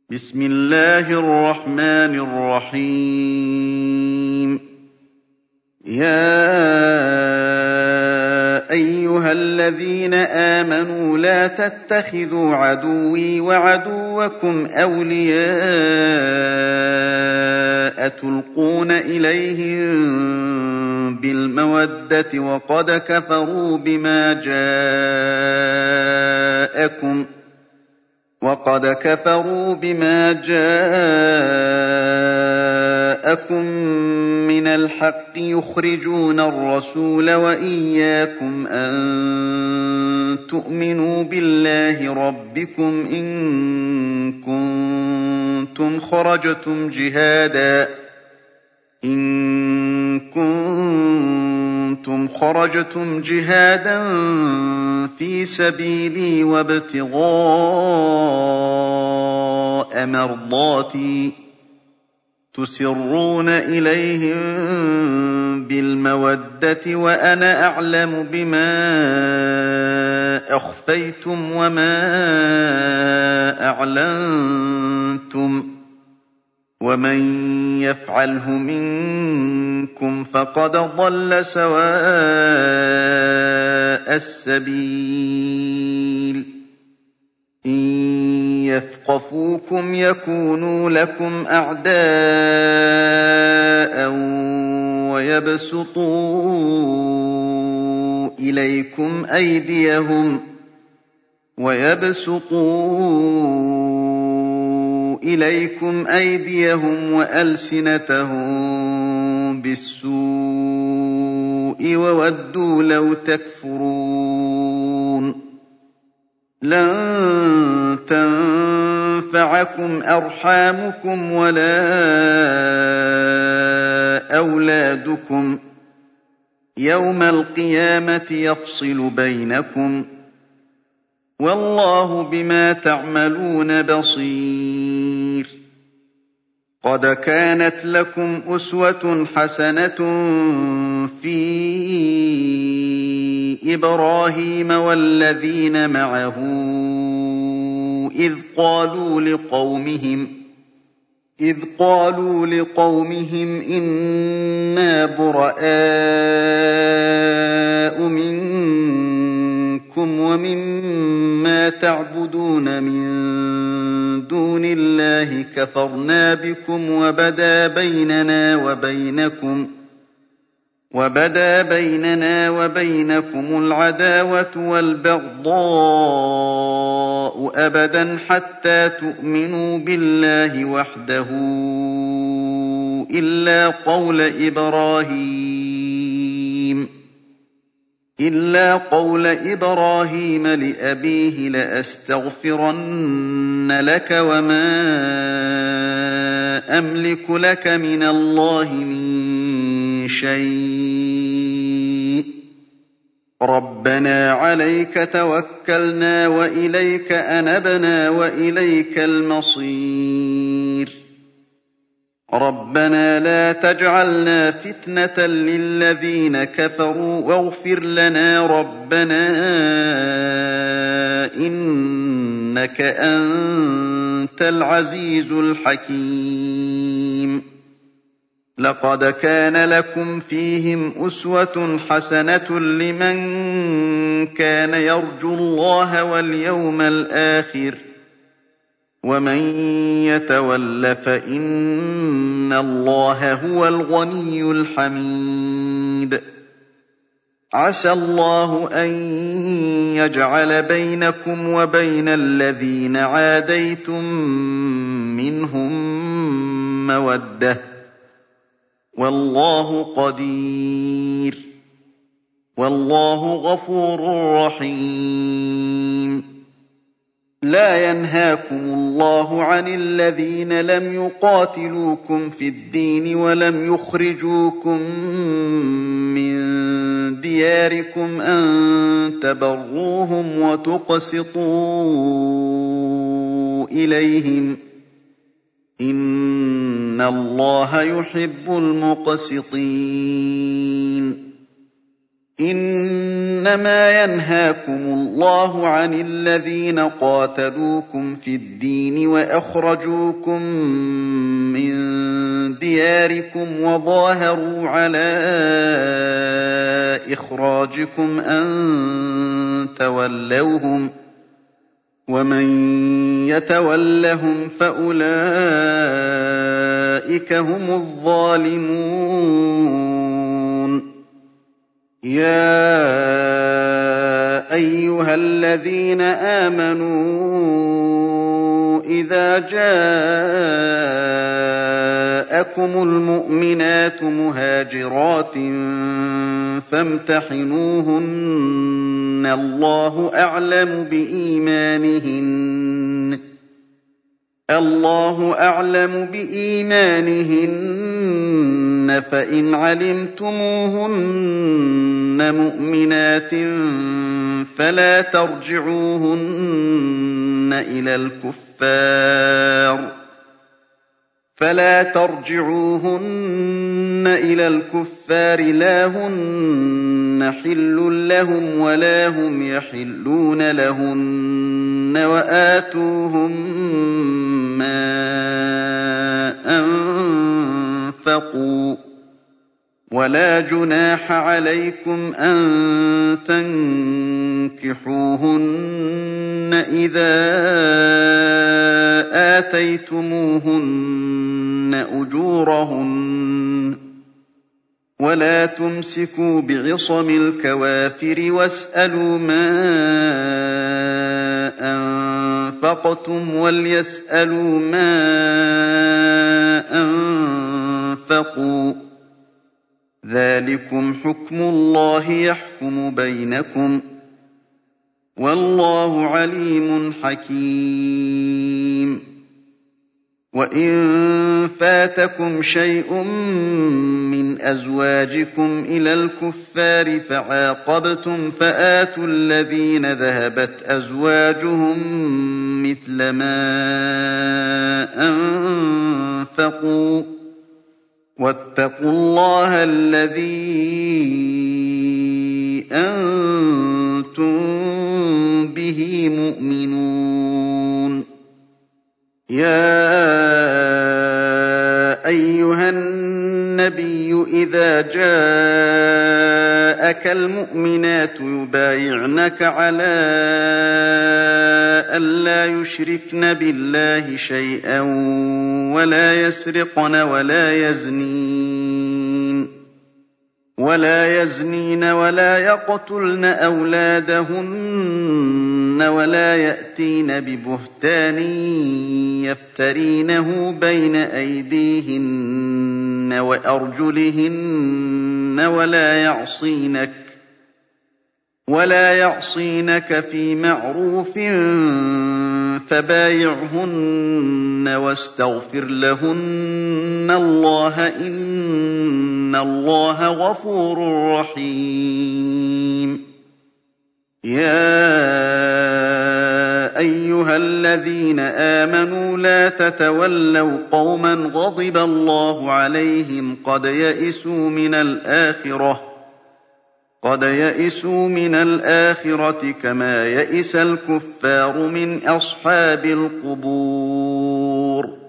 بسم الله الرحمن الرحيم يا أيها الذين آمنوا لا تتخذوا عدوي وعدوكم أولياء تلقون إليهم بالمودة وقد كفروا بما جاءكم من الحق يخرجون الرسول وإياكم أن تؤمنوا بالله ربكم إن كنتم خرجتم جهادا في سبيلي وابتغاء مرضاتي تسرون إليهم بالمودة وأنا أعلم بما أخفيتم وما أعلنتم ومن يفعله منكم فقد ضل سواء السبيل إن يثقفوكم يكونوا لكم أعداء ويبسطوا إليكم أيديهم وألسنتهم بالسوء وودوا لو تكفرون لن تنفعكم أرحامكم ولا أولادكم يوم القيامة يفصل بينكم والله بما تعملون بصير قد كانت لكم أسوة حسنة في إبراهيم والذين معه إذ قالوا لقومهم إنا براء منكم ومما تعبدون من دون الله كفرنا بكم وبدا بيننا وبينكم العداوة والبغضاء أبدا حتى تؤمنوا بالله وحده إلا قول إبراهيم لأبيه لأستغفرن لك وما أملك لك من الله من شيء ربنا عليك توكلنا وإليك أنبنا وإليك المصير ربنا لا تجعلنا فتنة للذين كفروا واغفر لنا ربنا إنك أنت العزيز الحكيم لقد كان لكم فيهم أسوة حسنة لمن كان يرجو الله واليوم الآخر ومن يتول فإن الله هو الغني الحميد عسى الله أن يجعل بينكم وبين الذين عاديتم منهم مودة والله قدير والله غفور رحيم لا ينهاكم الله عن الذين لم يقاتلوكم في الدين ولم يخرجوكم من دياركم أن تبروهم وتقسطوا إليهم إن الله يحب المقسطين إنما ينهاكم الله عن الذين قاتلوكم في الدين وأخرجوكم من دياركم وظاهروا على إخراجكم أن تولوهم ومن يتولهم فأولئك هم الظالمون يا أيها الذين آمنوا إذا جاءكم المؤمنات مهاجرات فامتحنوهن الله أعلم بإيمانهن فإن علمتموهن مؤمنات فلا ترجعوهن إلى الكفار لا هن حل لهم ولا هم يحلون لهن وآتوهم ما أنفقوا ولا جناح عليكم أن تنكحوهن إذا آتيتموهن أجورهن ولا تمسكوا بعصم الكوافر واسألوا ما أنفقتم وليسألوا ما أنفقوا ذلكم حكم الله يحكم بينكم والله عليم حكيم وإن فاتكم شيء من أزواجكم إلى الكفار فعاقبتم فآتوا الذين ذهبت أزواجهم مثل ما أنفقوا واتقوا الله الذي أنتم به مؤمنون يا أيها النبي إذا جاءك المؤمنات يبايعنك على ألا يشركن بالله شيئا ولا يسرقن ولا يزنين ولا يقتلن أولادهن ولا يأتين ببهتان يفترينه بين أيديهن وأرجلهن ولا يعصينك في معروف فبايعهن واستغفر لهن الله إن الله غفور رحيم يا أيها الذين آمنوا لا تتولوا قوما غضب الله عليهم قد يئسوا من الآخرة كما يئس الكفار من أصحاب القبور